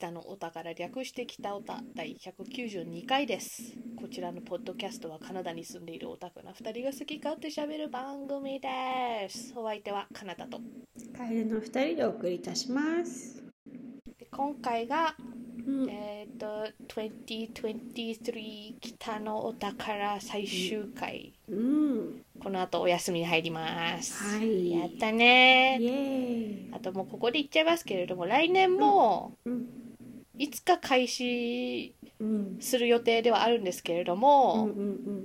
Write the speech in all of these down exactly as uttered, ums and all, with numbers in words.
北のお宝略して北おただいひゃくきゅうじゅうにかいです。こちらのポッドキャストはカナダに住んでいるオタクなふたりが好き勝手しゃべる番組です。お相手はカナダとカエルのふたりでお送りいたします。 で今回が、 うん、 えっ、ー、とにせんにじゅうさん北のお宝最終回、 うん、 この後お休みに入ります。 はい、 やったねイエーイ。 あともうここで言っちゃいますけれども、来年もいつか開始する予定ではあるんですけれども、うんうんうん、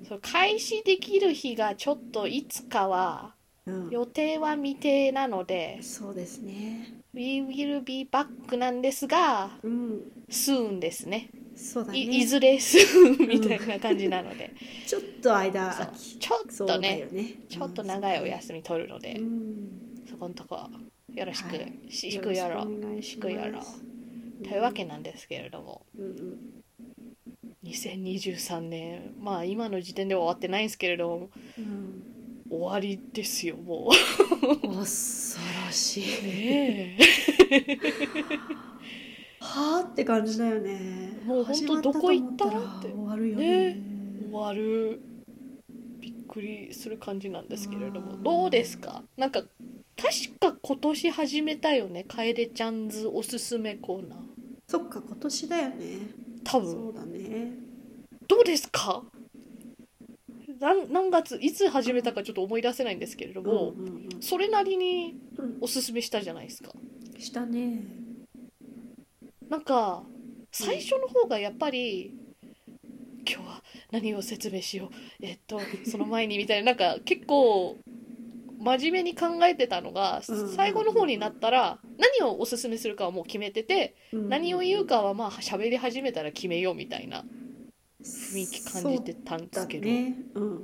その開始できる日がちょっといつかは、うん、予定は未定なので、 そうですね。 We will be back なんですが、うん、soon ですね。 そうだね。 い, いずれ soon みたいな感じなので、 ちょっと間空きちょっと ね, ねちょっと長いお休み取るので、うん、そこのとこよろしく、はい、しくよろしくよろというわけなんですけれども、うんうん、にせんにじゅうさんねん、まあ今の時点では終わってないんですけれども、うん、終わりですよもう恐ろしいねえはあって感じだよね。 もう本当どこ行ったって終わるよね。 ね、終わる。びっくりする感じなんですけれども、どうですか？なんか確か今年始めたよね、カエデちゃんズおすすめコーナー。 そっか、今年だよね。 多分そうだね。 どうですか？何, 何月いつ始めたかちょっと思い出せないんですけれども、うんうんうん、それなりにおすすめしたじゃないですか、 うん、したね。 なんか最初の方がやっぱり、うん、今日は何を説明しようえっとその前にみたいな、なんか結構真面目に考えてたのが、最後の方になったら何をおすすめするかはもう決めてて、うんうんうん、何を言うかはまあ喋り始めたら決めようみたいな雰囲気感じてたんですけど、ね、うんうんうんうん、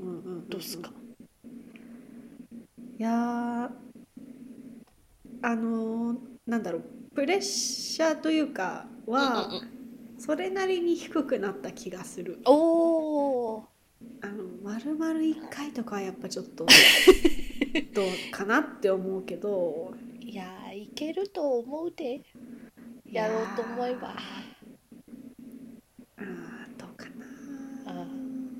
どうすか？ いやあのー、なんだろう、プレッシャーというかは、うんうんうん、それなりに低くなった気がする。 おー、 あの丸々いっかいとかはやっぱちょっとどうかなって思うけど、 いやーいけると思うで、やろうと思えば。あーどうかなあ、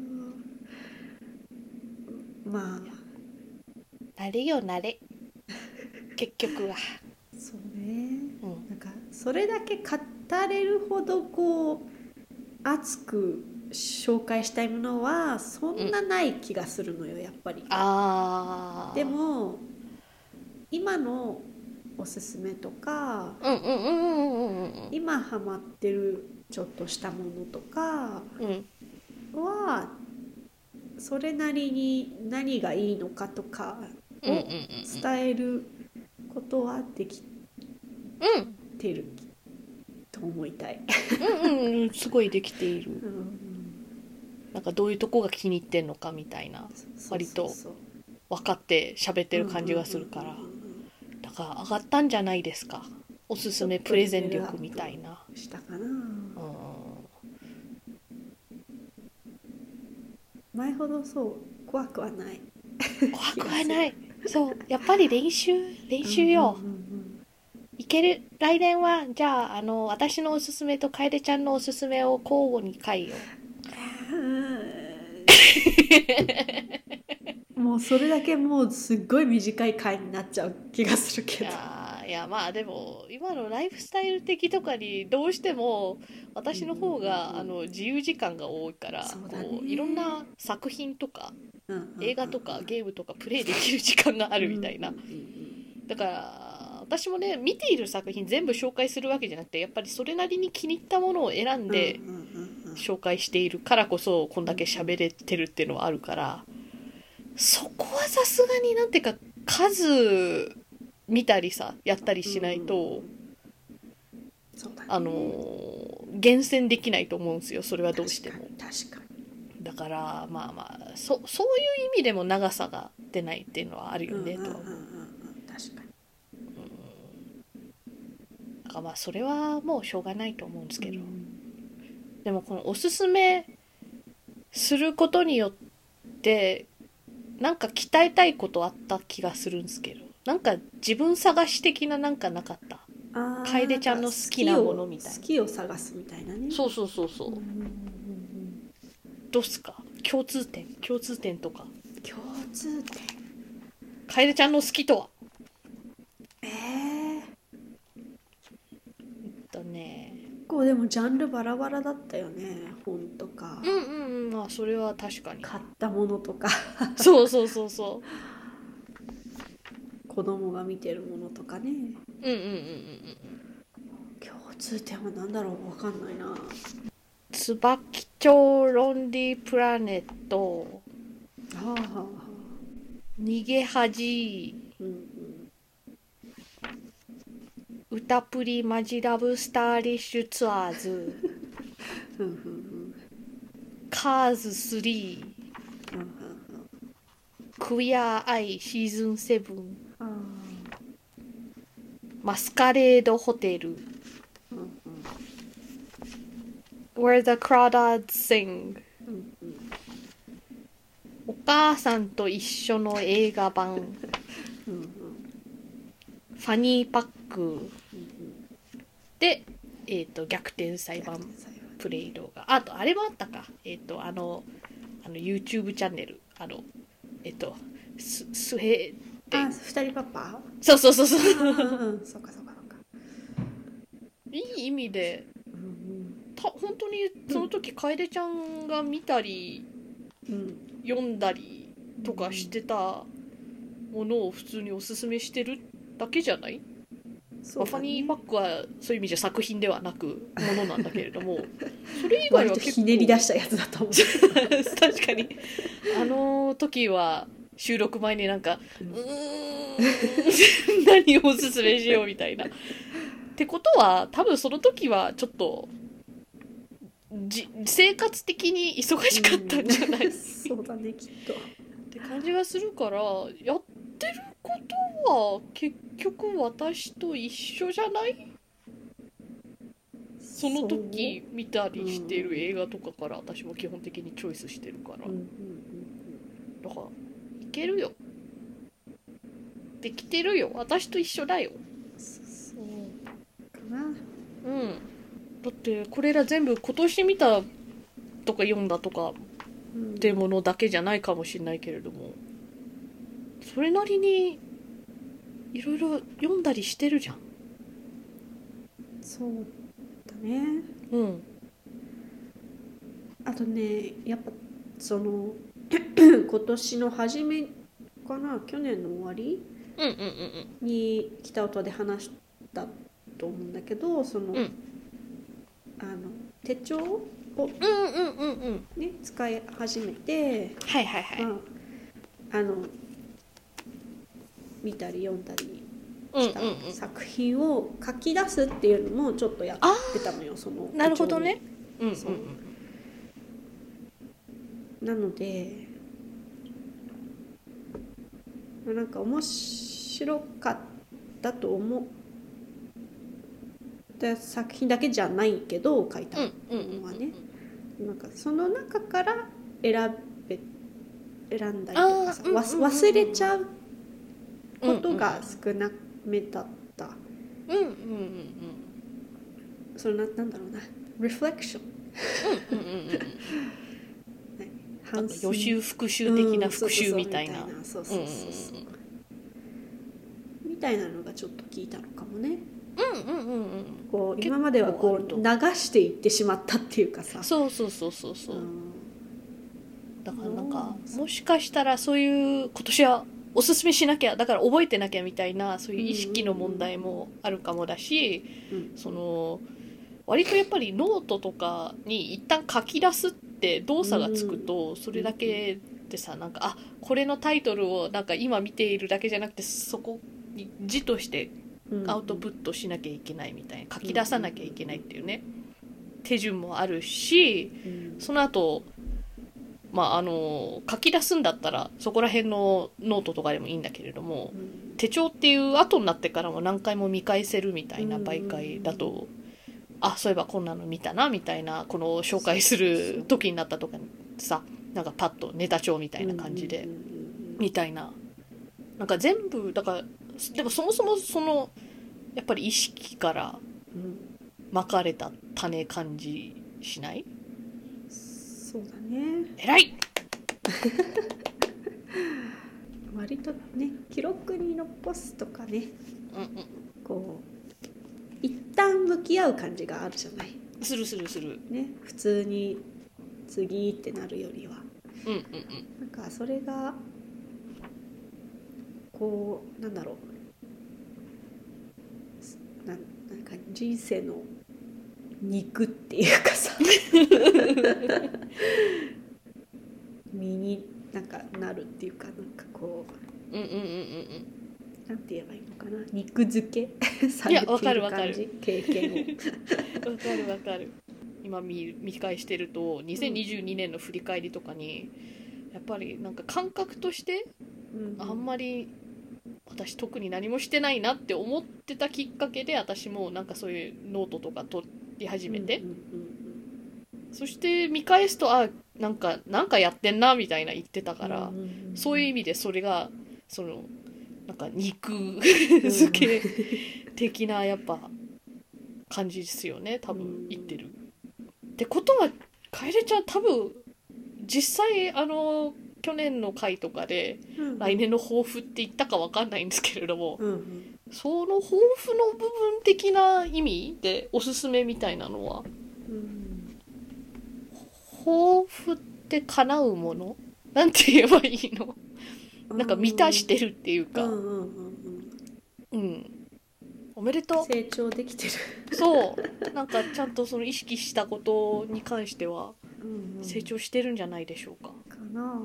まあ慣れよ慣れ結局はそうね、うん、なんかそれだけ語れるほどこう熱く紹介したいものはそんなない気がするのよ、やっぱり。 あでも今のおすすめとか、今ハマってるちょっとしたものとかは、それなりに何がいいのかとかを伝えることはできてると思いたい。 うんうん、すごいできている、うん、なんかどういうとこが気に入ってんのかみたいな、割と分かって喋ってる感じがするから、だから上がったんじゃないですか、おすすめプレゼン力みたいな。 したかな、うん、前ほどそう怖くはない怖くはない。そうやっぱり練習練習よ、うんうんうんうん、いける。来年はじゃあ、あの私のおすすめと楓ちゃんのおすすめを交互に回よもうそれだけもうすっごい短い回になっちゃう気がするけど、いやいやまあでも今のライフスタイル的とかにどうしても私の方が、うんうんうん、あの自由時間が多いから、そうだね、こういろんな作品とか、うんうんうん、映画とかゲームとかプレイできる時間があるみたいな、うんうんうん、だから私もね、見ている作品全部紹介するわけじゃなくて、やっぱりそれなりに気に入ったものを選んで紹介しているからこそこんだけ喋れてるっていうのはあるから、そこはさすがになんていうか数見たりさやったりしないと、そうだね、あの厳選できないと思うんですよ、それはどうしても。 確かに。 だからまあまあ そ, そういう意味でも長さが出ないっていうのはあるよね、うんうんうんうん、とは思う。 確かに。 だからまあそれはもうしょうがないと思うんですけど、うん、でもこのおすすめすることによってなんか鍛えたいことあった気がするんですけど、なんか自分探し的ななんかなかった？ 楓ちゃんの好きなものみたいな、 好きを探すみたいなね。 そうそうそうそう、うんうんうん、どうっすか、共通点共通点とか。 共通点、 楓ちゃんの好きとは。 えー、 えっとね結構でもジャンルバラバラだったよね、本とか。 うんうんうん、まあそれは確かに。 買ったものとかそうそうそうそう子供が見てるものとかね。 うんうんうんうんうん。 共通点は何だろう、分かんないな。 椿町ロンリープラネット、 はあはあはあ、 逃げ恥、うんうん、歌プリマジラブスターリッシュツアーズカーズスリー、クイアアイシーズンセブン、マスカレードホテル、Where the Crawdads Sing、お母さんと一緒の映画版、ファニーパックで、えーと、逆転裁判プレイ動画、あとあれもあったか、えっ、ー、とあのあの YouTube チャンネル、あのえっ、ー、とススヘーあ二人パパ、 そうそうそうそう、 うん、そうかそうかそうか、 いい意味で、うん、た本当にその時、うん、楓ちゃんが見たり、うん、読んだりとかしてたものを普通におすすめしてるだけじゃない？そうだね、ファニーバックはそういう意味じゃ作品ではなくものなんだけれどもそれ以外は結構ひねり出したやつだと思う確かにあの時は収録前になんかうーん何をおすすめしようみたいなってことは多分その時はちょっとじ生活的に忙しかったんじゃない、うん、 そうだねきっとって感じがするから、やってることは結局私と一緒じゃない？その時見たりしてる映画とかから私も基本的にチョイスしてるから、うんうんうん、だからいけるよ、できてるよ、私と一緒だよ。そうかな。うん。だってこれら全部今年見たとか読んだとかってものだけじゃないかもしれないけれども、それなりにいろいろ読んだりしてるじゃん。 そうだね。うん。あとね、やっぱその今年の初めかな、去年の終わり、うんうんうんうん、に北音で話したと思うんだけど、その、うん、あの手帳を、うんうんうんうんね、使い始めて、はいはいはい、まあ、あの見たり読んだりした作品を書き出すっていうのもちょっとやってたのよ、その手帳に。なるほどね。うんうんうん、なのでなんか面白かったと思った作品だけじゃないけど書いたのはね、なんかその中から選べ選んだりとかさ、忘れちゃうことが少なめだった。うんうんうんうん。そのな、なんだろうな、リフレクション。うんうんうんうん。 なんか予習復習的な復習みたいな。 そうそうそうそう。みたいなのがちょっと効いたのかもね。うんうんうんうん。こう今まではこう流していってしまったっていうかさ。 そうそうそうそうそう。うん、だからなんかもしかしたらそういう今年はおすすめしなきゃ、だから覚えてなきゃみたいなそういう意識の問題もあるかもだし、うんうんうん、その割とやっぱりノートとかに一旦書き出すって動作がつくと、それだけでさ、なんかあこれのタイトルをなんか今見ているだけじゃなくてそこに字としてアウトプットしなきゃいけないみたいな、書き出さなきゃいけないっていうね手順もあるし、その後まああの書き出すんだったらそこら辺のノートとかでもいいんだけれども、手帳っていう後になってからも何回も見返せるみたいな媒介だと、あそういえばこんなの見たなみたいな、この紹介する時になったとかさ、なんかパッとネタ帳みたいな感じでみたいな、なんか全部だから、でもそもそもそのやっぱり意識からまかれた種感じしない？ そうだね。 偉い割とね記録に残すとかね、 うんうん、 こう一旦向き合う感じがあるじゃない。 するするするね、普通に次ってなるよりは、 うんうんうん、 なんかそれがこうなんだろう、な、なんか人生の肉っていうかさ身になんかなるっていうか、なんかこううんうんうんうんなんて言えばいいのかな、肉付けさいれやわかるている感わかるじ、経験をわかるわかる。今 見, 見返してるとにせんにじゅうにねんの振り返りとかに、やっぱりなんか感覚としてあんまり私特に何もしてないなって思ってたきっかけで、私もなんかそういうノートとか取り始めて、 うんうんうんうん、そして見返すとあなんかなんかやってんなみたいな言ってたから、うんうんうん、そういう意味でそれがそのなんか肉付け的なやっぱ感じですよね、多分言ってる、うん、ってことは楓ちゃん多分実際あの去年の回とかで来年の抱負って言ったか分かんないんですけれども、うんうん、その抱負の部分的な意味でおすすめみたいなのは、うん、抱負って叶うものなんて言えばいいの、なんか満たしてるっていうか、うんうんうんうん、うん、おめでとう、 成長できてるそうなんかちゃんとその意識したことに関しては成長してるんじゃないでしょうか。 かな。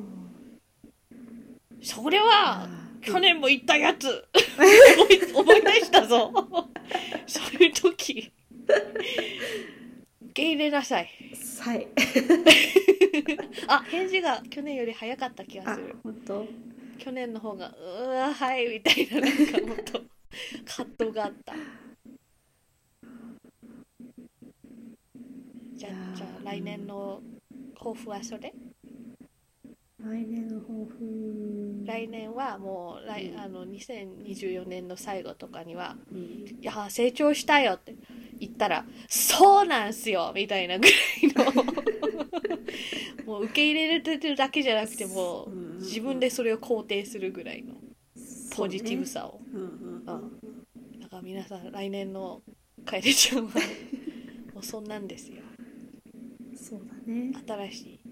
それは去年も言ったやつ思い出したぞそういう時受け入れなさい。 はいあ、返事が去年より早かった気がする。 本当？ 去年の方がうわはいみたいな、なんかもっと葛藤があった。じゃあ、じゃあ来年の抱負はそれ？ 来年の抱負、 来年はもう来、うん、あのにせんにじゅうよねんの最後とかには、うん、いや成長したよって言ったらそうなんすよみたいなぐらいのもう受け入れてるだけじゃなくても、うん、自分でそれを肯定するぐらいのポジティブさを、うんうん、だから皆さん来年の楓ちゃんはもうそんなんですよ。 そうだね、 新しい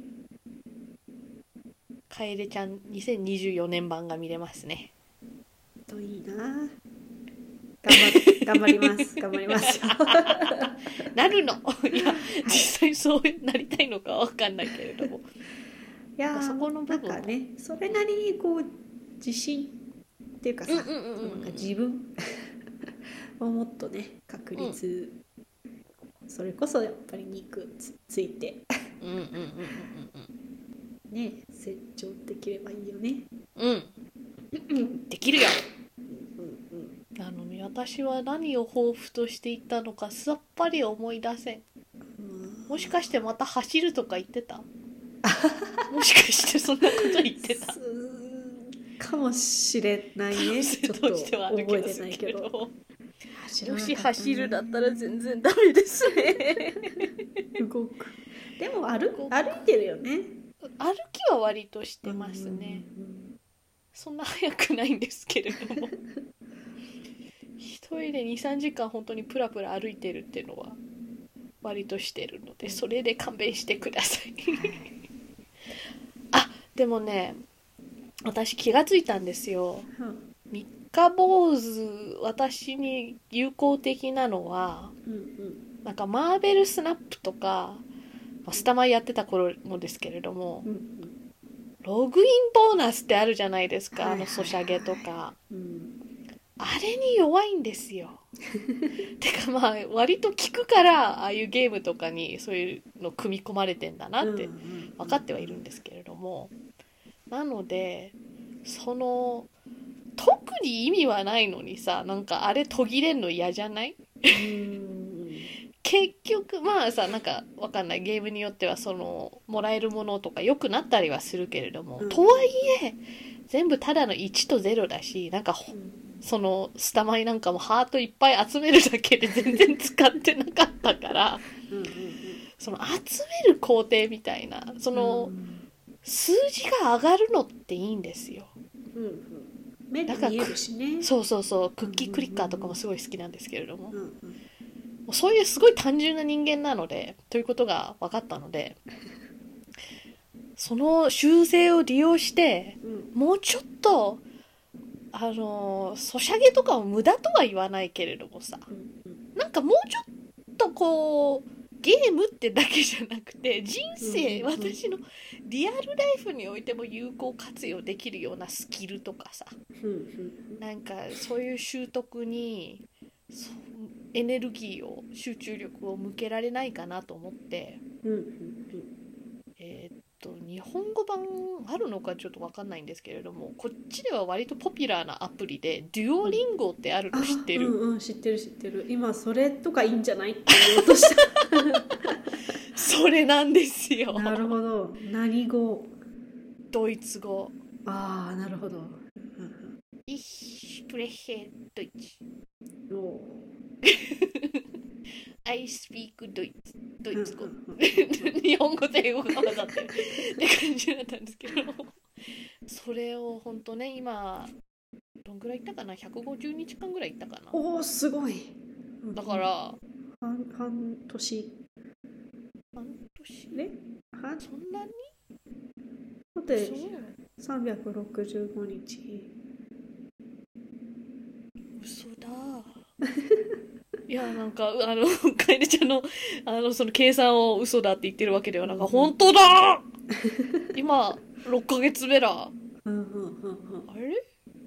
楓ちゃんにせんにじゅうよねん版が見れますね。 といいな。頑張頑張ります頑張りますなるのいや、はい、実際そうなりたいのかは分かんないけれども、 いやそこの部分なんかね、それなりにこう自信っていうかさ、なんか自分をもっとね確立、うん、それこそやっぱり肉 つ, ついてうんうんうんうんうんね、成長できればいいよね。 うんできるよなのに私は何を抱負としていったのかさっぱり思い出せん。もしかしてまた走るとか言ってたもしかしてそんなこと言ってたかもしれないね。ちょっと覚えてないけど、 もし走るだったら全然ダメですね動く。でも歩歩いてるよね。 歩きは割としてますね、うんうんうん、そんな速くないんですけれども一人で にさんじかん本当にプラプラ歩いてるっていうのは割としてるので、それで勘弁してくださいあ、でもね私気がついたんですよ、うん、三日坊主私に有効的なのは、うんうん、なんかマーベルスナップとかスタマやってた頃もですけれども、うんうん、ログインボーナスってあるじゃないですか、はいはいはい、あのソシャゲとか、うん、あれに弱いんですよてかまあ割と効くからああいうゲームとかにそういうの組み込まれてんだなって分かってはいるんですけれども、なのでその特に意味はないのにさ、なんかあれ途切れんの嫌じゃないうん結局まあさ、なんかわかんない、ゲームによってはそのもらえるものとか良くなったりはするけれども、うん、とはいえ全部ただのいちとゼロだし、なんか、うん、 そのスタマイなんかもハートいっぱい集めるだけで全然使ってなかったからうんうん、うん、その集める工程みたいなその、うん、数字が上がるのっていいんですよ、 うんうん、目で見えるしね。 そうそうそうクッキークリッカーとかもすごい好きなんですけれども、うんうん、もうそういうすごい単純な人間なのでということが分かったのでその習性を利用して、うん、もうちょっとあのソシャゲとかを無駄とは言わないけれどもさ、うんうん、なんかもうちょっとこうゲームってだけじゃなくて人生、うんうん、私のリアルライフにおいても有効活用できるようなスキルとかさ、うんうん、なんかそういう習得にエネルギーを集中力を向けられないかなと思って、うんうんうん、えー、っと日本語版あるのかちょっと分かんないんですけれどもこっちでは割とポピュラーなアプリでデュオリンゴってあるの知ってる？ うんうん、知ってる知ってる。今それとかいいんじゃないって言おうとしたそれなんですよ。 なるほど。何語？ ドイツ語。 ああ、なるほど。 Ich spreche Deutsch I speak Deutsch ドイツ語日本語と英語が混ざってるって感じだったんですけどそれを本当ね今どんぐらい行ったかなひゃくごじゅうにちかんぐらい行ったかな。 おおすごい。 だから半半年半年ね半そんなにだってさんびゃくろくじゅうごにち嘘だいやなんかあの楓ちゃんのあのその計算を嘘だって言ってるわけではなく、うん、本当だ今ろっかげつめだあれ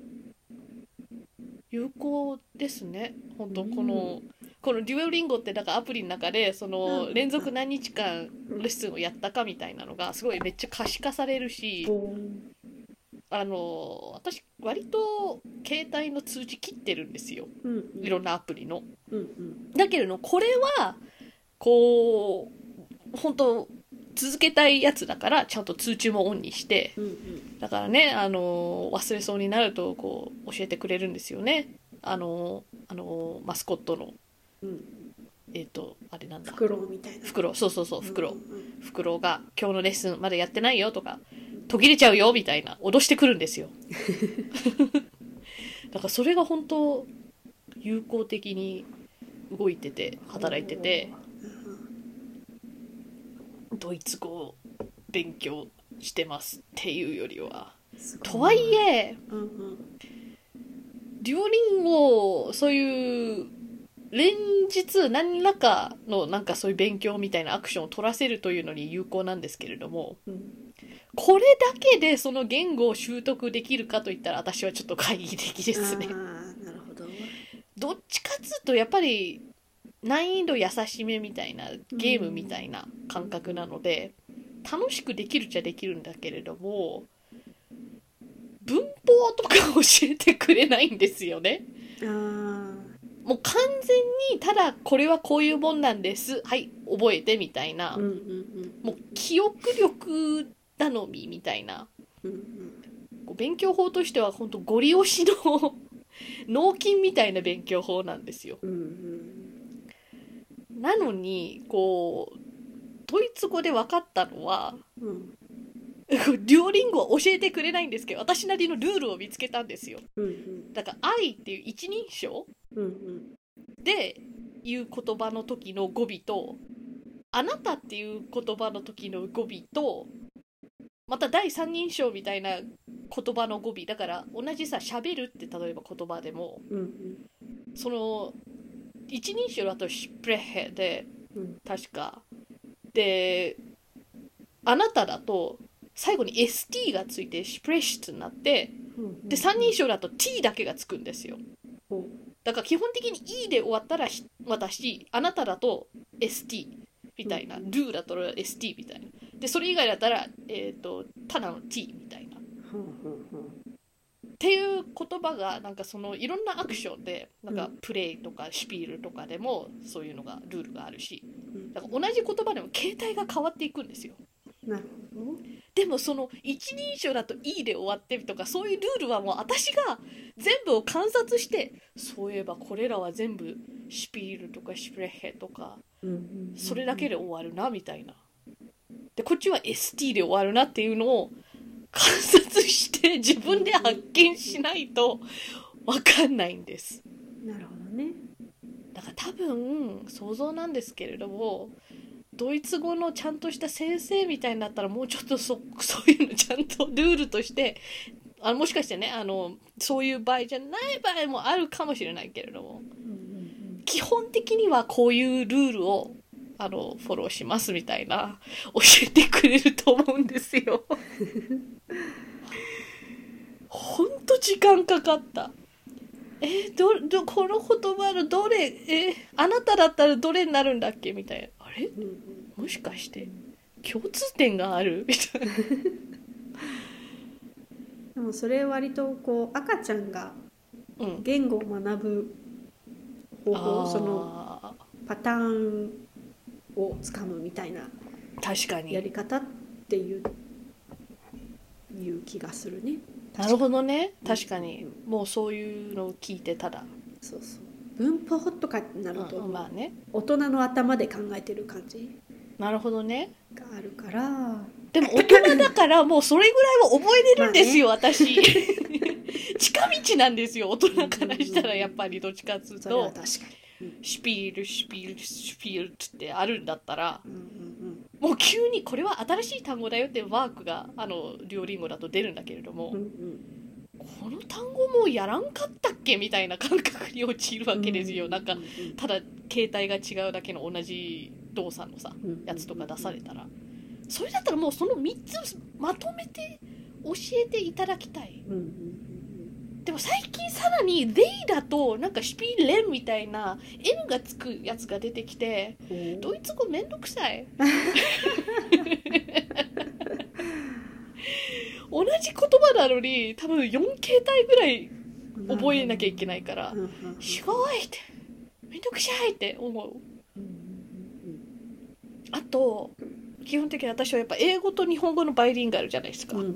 有効ですね本当、うん、このこのデュオリンゴってだからアプリの中でその連続何日間レッスンをやったかみたいなのがすごいめっちゃ可視化されるし、あの私割と携帯の通知切ってるんですよ、うんうん、いろんなアプリの、うんうん、だけれどこれはこう本当続けたいやつだからちゃんと通知もオンにして、うんうん、だからねあの忘れそうになるとこう教えてくれるんですよねあのあのマスコットの、うん、えっ、ー、とあれなんだフクロウみたいなフクロウそうそうそうフクロウ、うんうん、フクロウが今日のレッスンまだやってないよとか途切れちゃうよみたいな脅してくるんですよだからそれが本当有効的に動いてて働いててドイツ語を勉強してますっていうよりはとはいえ、うんうん、デュオリンゴそういう連日何らかのなんかそういう勉強みたいなアクションを取らせるというのに有効なんですけれども、うん、これだけでその言語を習得できるかといったら私はちょっと懐疑的ですね。 あー、なるほど。 どっちかっつうとやっぱり難易度優しめみたいなゲームみたいな感覚なので、うん、楽しくできるっちゃできるんだけれども文法とか教えてくれないんですよね。あもう完全にただこれはこういうもんなんですはい覚えてみたいな、うんうんうん、もう記憶力頼みみたいな、うんうん、こう勉強法としては本当ゴリ押しの脳筋みたいな勉強法なんですよ、うんうん、なのにこうドイツ語で分かったのは、うん、デュオリンゴは教えてくれないんですけど私なりのルールを見つけたんですよ、うんうん、だから愛っていう一人称、うんうん、で言う言葉の時の語尾とあなたっていう言葉の時の語尾とまた第三人称みたいな言葉の語尾だから同じさ喋るって例えば言葉でも、うんうん、その一人称だとシュプレヘで、うん、確かであなただと最後に エスティー がついてシュプレシュツになって、うんうん、で三人称だと T だけがつくんですよ、うん、だから基本的に E で終わったら私あなただと エスティー みたいな、うん、ルーだったら エスティー みたいなでそれ以外だったら、えーと、ただの T みたいな、うんうんうん、っていう言葉がなんかそのいろんなアクションでなんかプレイとかシュピールとかでもそういうのがルールがあるしだから同じ言葉でも形態が変わっていくんですよ。 なるほど。 でもその一人称だと「いい」で終わってるとか、そういうルールはもう私が全部を観察して、そういえばこれらは全部シュピールとかシュプレッヘとか、それだけで終わるなみたいな。でこっちは エスティー で終わるなっていうのを観察して自分で発見しないと分かんないんです。 なるほどね。 だから多分想像なんですけれども、ドイツ語のちゃんとした先生みたいになったらもうちょっと そ, そういうのちゃんとルールとしてあもしかしてねあのそういう場合じゃない場合もあるかもしれないけれども、うんうんうん、基本的にはこういうルールをあのフォローしますみたいな教えてくれると思うんですよ。ほんと時間かかった。えー、どどこの言葉のどれ、えー、あなただったらどれになるんだっけみたいな、あれ、うん、もしかして共通点があるみたいな。 でもそれ割とこう赤ちゃんが言語を学ぶ方法、うん、そのパターンをつかむみたいな確かにやり方っていういう気がするね。 なるほどね、確かに、うん、もうそういうのを聞いてただそうそう文法とかになると、 うんまあね、 大人の頭で考えてる感じなるほどねがあるから、 でも大人だからもうそれぐらいは覚えれるんですよ、まあね、私近道なんですよ大人からしたら。やっぱりどっちかっつうと、それは確かに、うん、シュピールシュピールシュピールってあるんだったら、うんうんうん、もう急にこれは新しい単語だよってワークがあのデュオリンゴだと出るんだけれども、うんうん、この単語もうやらんかったっけみたいな感覚に陥るわけですよ、うんうんうん、なんかただ形態が違うだけの同じ動作のさ、うんうんうん、やつとか出されたら、それだったらもうそのみっつまとめて教えていただきたい、うんうんうん、でも最近さらに they だとなんかシュピーレンみたいな N がつくやつが出てきて、ドイツ語めんどくさい同じ言葉なのに多分よん形態ぐらい覚えなきゃいけないから、すごいってめんどくさいって思う。あと基本的に私はやっぱ英語と日本語のバイリンガルじゃないですか、うんうんうん、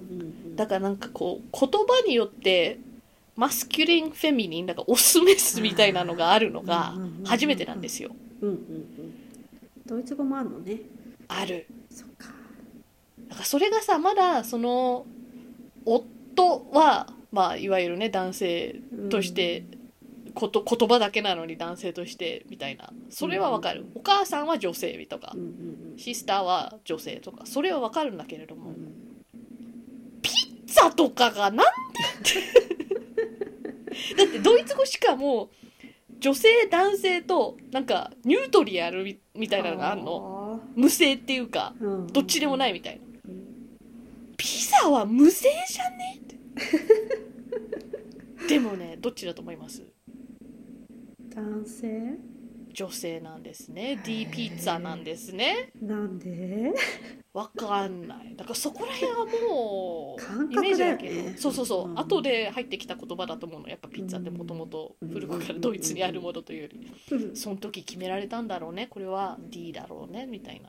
だからなんかこう言葉によってマスキュリンフェミニンなんかオスメスみたいなのがあるのが初めてなんですよ、うんうんうん、 ドイツ語もあるのね。 ある。 そっか。 だからそれがさまだその夫はまあいわゆるね男性として、うん、こと言葉だけなのに男性としてみたいな、それはわかる、うんうん、お母さんは女性とか、うんうんうん、シスターは女性とかそれはわかるんだけれども、うん、ピッツァとかがなんでだってドイツ語しかも女性男性となんかニュートリアル み, みたいなのがあるの、無性っていうか、うんうんうん、どっちでもないみたいな、うん、ピザは無性じゃねってでもねどっちだと思います？ 男性？ 女性なんですね。 D ピッツァなんですね。 なんで？ わかんない。だからそこら辺はもう感覚だよね。 イメージだけど、そうそうそう、うん、後で入ってきた言葉だと思うの。やっぱピッツァってもともと古くからドイツにあるものというより、うん、その時決められたんだろうね、これは D だろうねみたいな。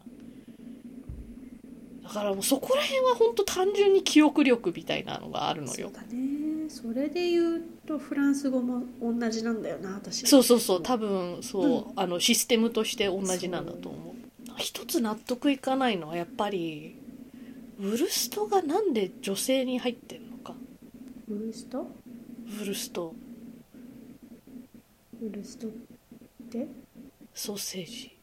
だからもうそこら辺は本当単純に記憶力みたいなのがあるのよ。 そうだね。それで言うとフランス語も同じなんだよな私。 そうそうそう、多分そう、うん、あのシステムとして同じなんだと思う。一つ納得いかないのはやっぱりウルストがなんで女性に入ってんのか。 ウルスト？ ウルスト。 ウルストってソーセージ。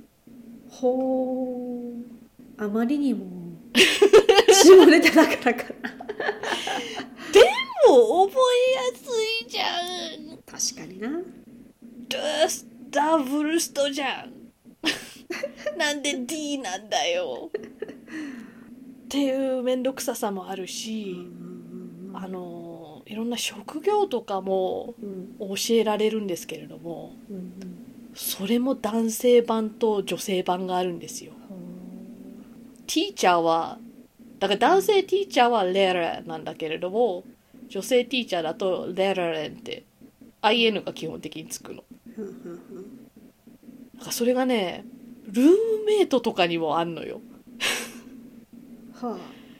ほー、あまりにも下ネタだからかなでも覚えやすいじゃん。 確かにな。 ドスダブルストじゃんなんで D なんだよっていう面倒くささもあるし、あのいろんな職業とかも教えられるんですけれども、うんうん、それも男性版と女性版があるんですよ。ティーチャーはだから男性ティーチャーはレラーなんだけれども、女性ティーチャーだとレラレンって アイエヌ が基本的につくの。だからそれがねルームメイトとかにもあんのよはあ、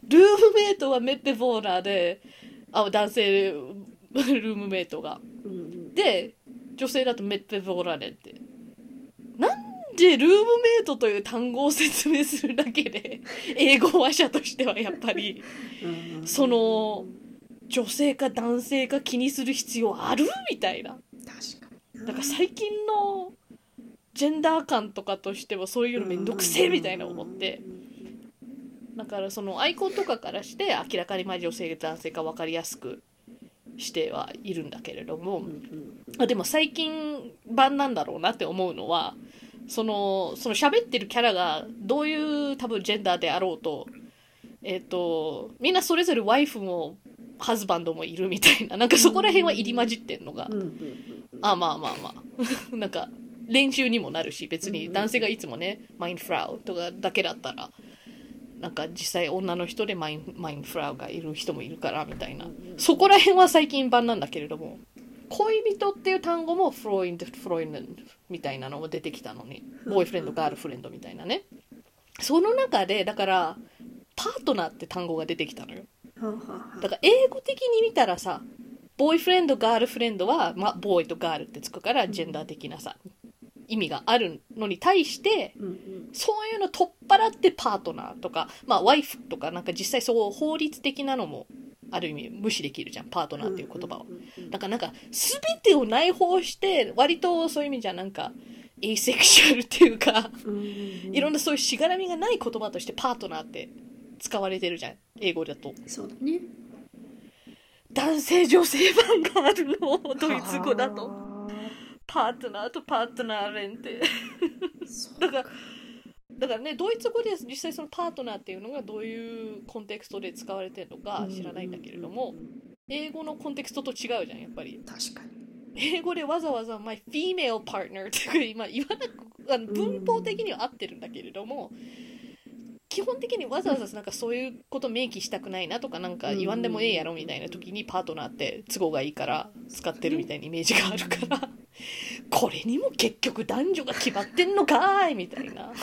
ルームメイトはメッペボーラーで、あ、男性ルームメイトが、うん、で女性だとメッペボーラーでって、なんでルームメイトという単語を説明するだけで英語話者としてはやっぱりその女性か男性か気にする必要あるみたいな。 確かに。 だから最近のジェンダー感とかとしてはそういうのめんどくせえみたいな思って、だからそのアイコンとかからして明らかにまあ女性男性か分かりやすくしてはいるんだけれども、でも最近版なんだろうなって思うのは、そのその喋ってるキャラがどういう多分ジェンダーであろうと、えっとみんなそれぞれワイフもハズバンドもいるみたいな、なんかそこら辺は入り混じってんのが、あまあまあまあなんか練習にもなるし、別に男性がいつもねマインフラウとかだけだったらなんか実際女の人でマイン、マインフラウがいる人もいるからみたいな、そこら辺は最近版なんだけれども、恋人っていう単語もフロインドフロインドみたいなのも出てきたのに、ボーイフレンドガールフレンドみたいなね、その中でだからパートナーって単語が出てきたのよ。だから英語的に見たらさ、ボーイフレンドガールフレンドは、まあ、ボーイとガールってつくからジェンダー的なさ意味があるのに対して、うんうん、そういうの取っ払ってパートナーとか、まあワイフとかなんか実際そう法律的なのもある意味無視できるじゃん、パートナーっていう言葉を。だからなんか全てを内包して割とそういう意味じゃなんかエイセクシャルっていうか、うんうんうん、いろんなそういうしがらみがない言葉としてパートナーって使われてるじゃん、英語だと。 そうだね。 男性女性版があるの、ドイツ語だと。パートナーとパートナーレンってだからだからね、ドイツ語で実際そのパートナーっていうのがどういうコンテクストで使われてるのか知らないんだけれども、英語のコンテクストと違うじゃんやっぱり。 確かに英語でわざわざ my female partner って今言わなく、あの文法的には合ってるんだけれども、基本的にわざわざなんかそういうこと明記したくないなとか、なんか言わんでもええやろみたいな時にパートナーって都合がいいから使ってるみたいなイメージがあるからこれにも結局男女が決まってんのかーいみたいな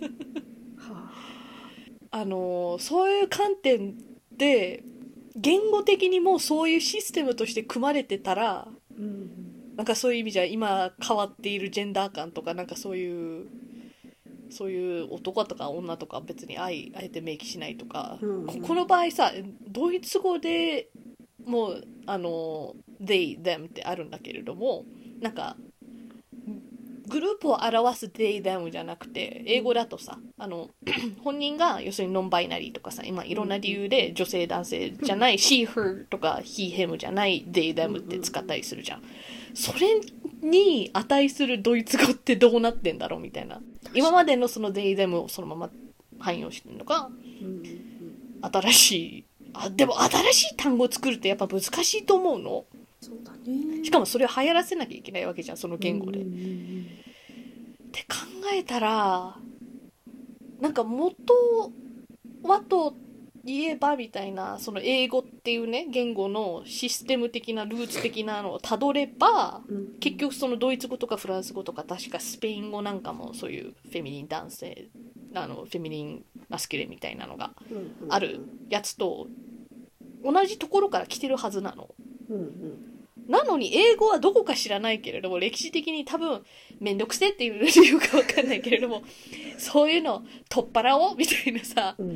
あのそういう観点で言語的にもうそういうシステムとして組まれてたら、うん、なんかそういう意味じゃ今変わっているジェンダー感とかなんかそういうそういう男とか女とか別にあえて明記しないとか、うんうん、こ, この場合さドイツ語でもうあの they them ってあるんだけれども、なんかグループを表す they them じゃなくて英語だとさ、あの本人が要するにノンバイナリーとかさ、今いろんな理由で女性男性じゃない she her とか he him じゃない they them って使ったりするじゃん。それに値するドイツ語ってどうなってんだろうみたいな、今までのその they them をそのまま汎用してるのか、新しいあでも新しい単語を作るってやっぱ難しいと思うの。 そうだね。 しかもそれを流行らせなきゃいけないわけじゃん、その言語で。って考えたらなんか元はと言えばみたいな、その英語っていうね言語のシステム的なルーツ的なのをたどれば、うん、結局そのドイツ語とかフランス語とか確かスペイン語なんかもそういうフェミニン男性あのフェミニンマスキュレみたいなのがあるやつと同じところから来てるはずなの、うんうん、なのに英語はどこか知らないけれども歴史的に多分めんどくせっていう理由か分かんないけれどもそういうの取っ払おうみたいなさ、うんうんうん、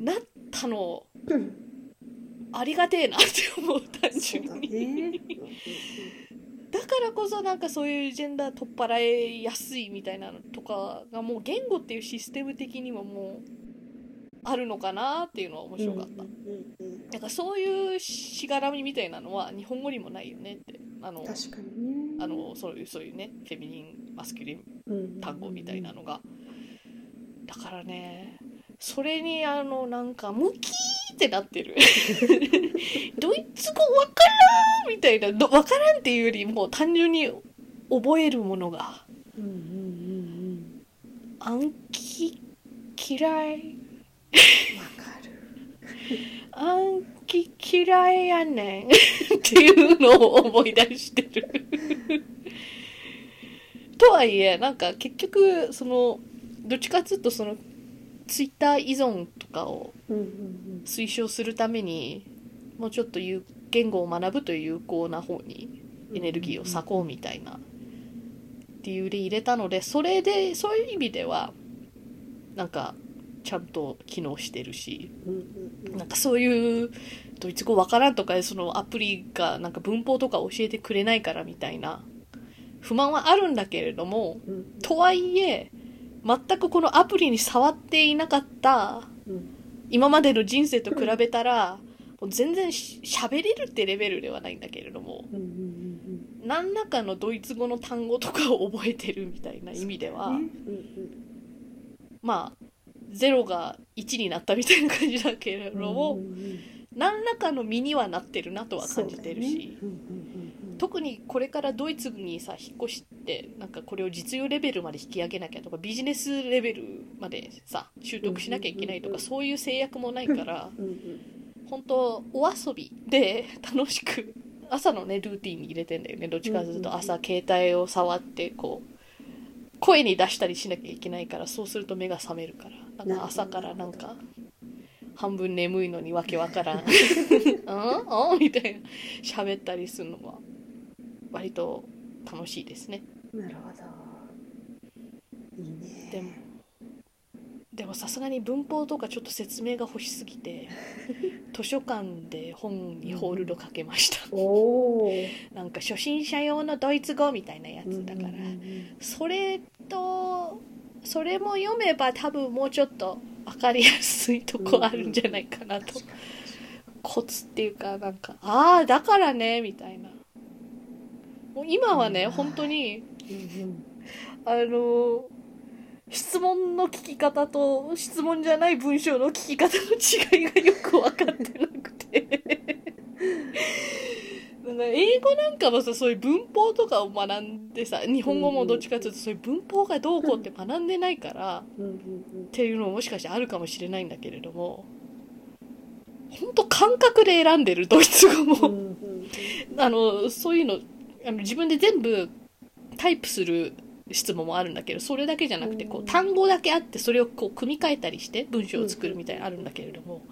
なったの、うん、ありがてえなって思う単純に、ね、だからこそなんかそういうジェンダー取っ払えやすいみたいなのとかがもう言語っていうシステム的にももうあるのかなっていうのは面白かった、うんうんうん、なんかそういうしがらみみたいなのは日本語にもないよねって、あの確かに、ね、 あのそういうそういうねフェミニンマスキュリン単語みたいなのが、だからねそれにあのなんかムキーってなってるドイツ語わからんみたいな、わからんっていうよりも単純に覚えるものが、うんうんうんうん、暗記嫌いわかる暗記嫌いやねんっていうのを思い出してるとはいえなんか結局そのどっちかっていうとそのツイッター依存とかを推奨するためにもうちょっと言語を学ぶという有効な方にエネルギーを割こうみたいな理由で入れたので、それでそういう意味ではなんかちゃんと機能してるし、なんかそういうドイツ語わからんとかそのアプリがなんか文法とか教えてくれないからみたいな不満はあるんだけれども、とはいえ全くこのアプリに触っていなかった今までの人生と比べたらもう全然喋れるってレベルではないんだけれども、何らかのドイツ語の単語とかを覚えてるみたいな意味では、まあゼロがいちになったみたいな感じだけれども、何らかの身にはなってるなとは感じてるし、特にこれからドイツにさ引っ越してなんかこれを実用レベルまで引き上げなきゃとかビジネスレベルまでさ習得しなきゃいけないとかそういう制約もないから本当お遊びで楽しく朝のねルーティンに入れてんだよね。どっちかというと朝携帯を触ってこう声に出したりしなきゃいけないから、そうすると目が覚めるから、なんか朝からなんか半分眠いのにわけわからんうんうんみたいな喋ったりするのは割と楽しいですね。 なるほど、いいね。 でもでもさすがに文法とかちょっと説明が欲しすぎて図書館で本にホールドかけました、うん、おなんか初心者用のドイツ語みたいなやつだから、うんうんうん、それとそれも読めば多分もうちょっと分かりやすいとこあるんじゃないかなと、うんうん、コツっていうかなんかああだからねみたいな。もう今はね、うん、本当に、うんうん、あの質問の聞き方と質問じゃない文章の聞き方の違いがよく分かってなくてなんか英語なんかもさそういう文法とかを学んでさ、日本語もどっちかというとそういう文法がどうこうって学んでないからっていうのももしかしてあるかもしれないんだけれども、本当感覚で選んでるドイツ語もあのそういうのあの自分で全部タイプする質問もあるんだけど、それだけじゃなくてこう単語だけあってそれをこう組み替えたりして文章を作るみたいなのあるんだけれども、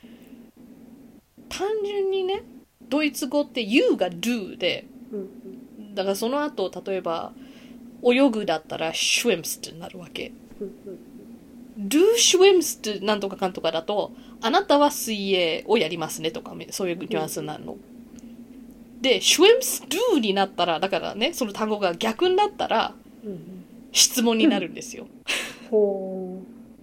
単純にねドイツ語って you が do で、だからその後例えば泳ぐだったら schwimmst になるわけ。do schwimmst なんとかかんとかだとあなたは水泳をやりますねとかそういうニュアンスになるの。で schwimmst do になったらだからねその単語が逆になったら質問になるんですよ。ほ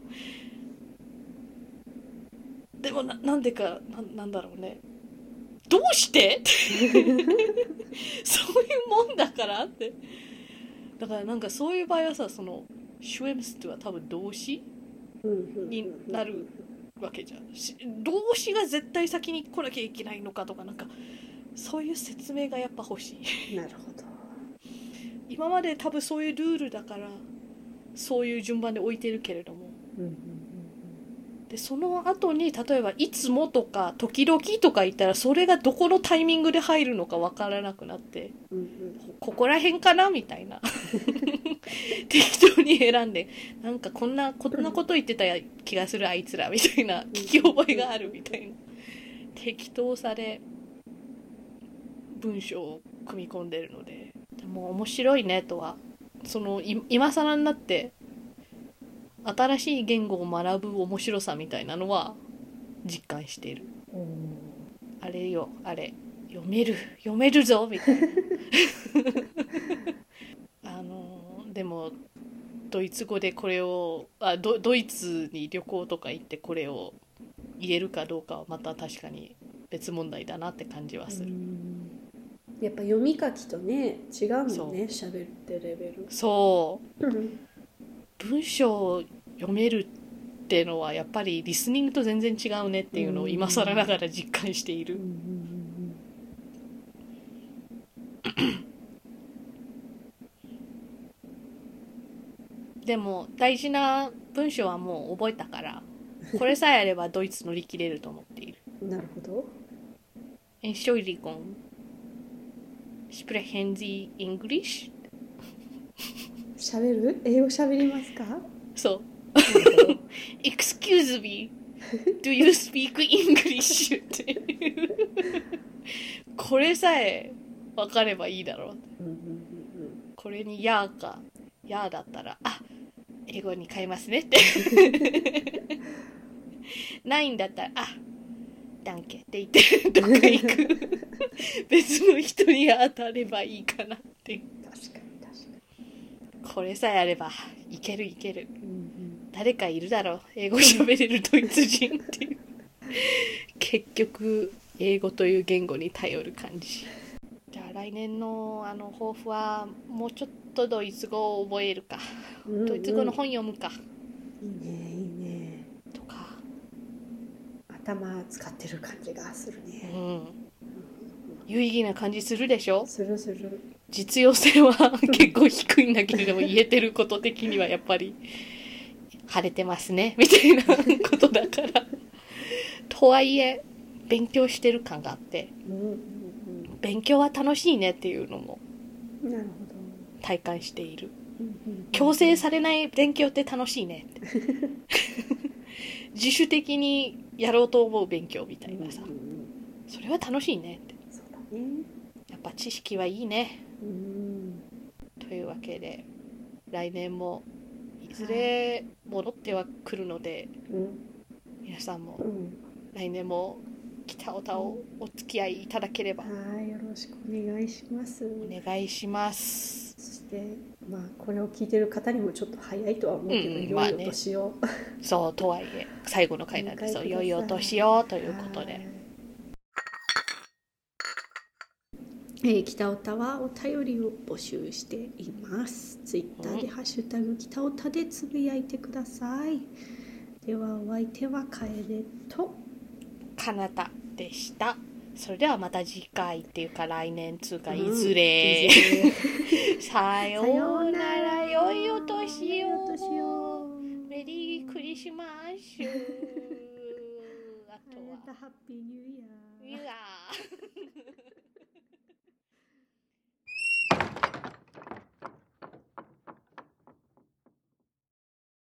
う。でも な, なんでか な, なんだろうね。どうしてそういうもんだからって。だからなんかそういう場合はさそのシュエムスっては多分動詞になるわけじゃん。動詞が絶対先に来なきゃいけないのかとかなんかそういう説明がやっぱ欲しい。 なるほど。 今まで多分そういうルールだからそういう順番で置いてるけれども、うんうんうん、でその後に例えばいつもとか時々とか言ったらそれがどこのタイミングで入るのか分からなくなって、うんうん、ここら辺かなみたいな適当に選んでなんかこんなこんなこと言ってた気がするあいつらみたいな聞き覚えがあるみたいな適当さで文章を組み込んでるので、でも面白いねとはその今更になって新しい言語を学ぶ面白さみたいなのは実感している。あれよあれ読める読めるぞみたいなあのでもドイツ語でこれをあ ド, ドイツに旅行とか行ってこれを言えるかどうかはまた確かに別問題だなって感じはする。 やっぱ読み書きとね違うもんね、喋ってレベル。 そう文章を読めるっていうのはやっぱりリスニングと全然違うねっていうのを今更ながら実感している。でも大事な文章はもう覚えたからこれさえあればドイツ乗り切れると思っている。 なるほど。 Entschuldigung, sprechen Sie English? 喋る？英語喋りますか？ そう Excuse me, do you speak English? ってこれさえ分かればいいだろう。これにやーかやーだったら、あ、英語に変えますねってないんだったら、あ、ダンケって言ってどっか行く別の人に当たればいいかなっていう。 確かに確かにこれさえあればいけるいける、うんうん、誰かいるだろう英語喋れるドイツ人っていう結局英語という言語に頼る感じ。じゃあ来年のあの抱負はもうちょっとドイツ語を覚えるか、うんうん、ドイツ語の本読むか。 いいねいいねとか頭使ってる感じがするね、うん、 有意義な感じするでしょ。 するする。 実用性は結構低いんだけれども言えてること的にはやっぱり晴れてますねみたいなことだからとはいえ勉強してる感があって、うんうんうん、勉強は楽しいねっていうのも体感している。強制されない勉強って楽しいねって自主的にやろうと思う勉強みたいなさ、それは楽しいねって。 そうだね、 やっぱ知識はいいね。うんというわけで来年もいずれ戻ってはくるので、はい、皆さんも来年も北オタをお付き合いいただければ、 はい、よろしくお願いします。 お願いします。 そしてまあこれを聞いてる方にもちょっと早いとは思うけど、うん、いよいよ年を、 まあね、そうとはいえ最後の回なんですよ。いよいよ年をということで、 えー、北オタはお便りを募集しています。ツイッターでハッシュタグ北オタでつぶやいてください。ではお相手は楓とかなたでした。それではまた次回っていうか来年つうかいずれ、うん、さようなら、良いお年を、メリークリスマスあとはハッピーニューイヤー。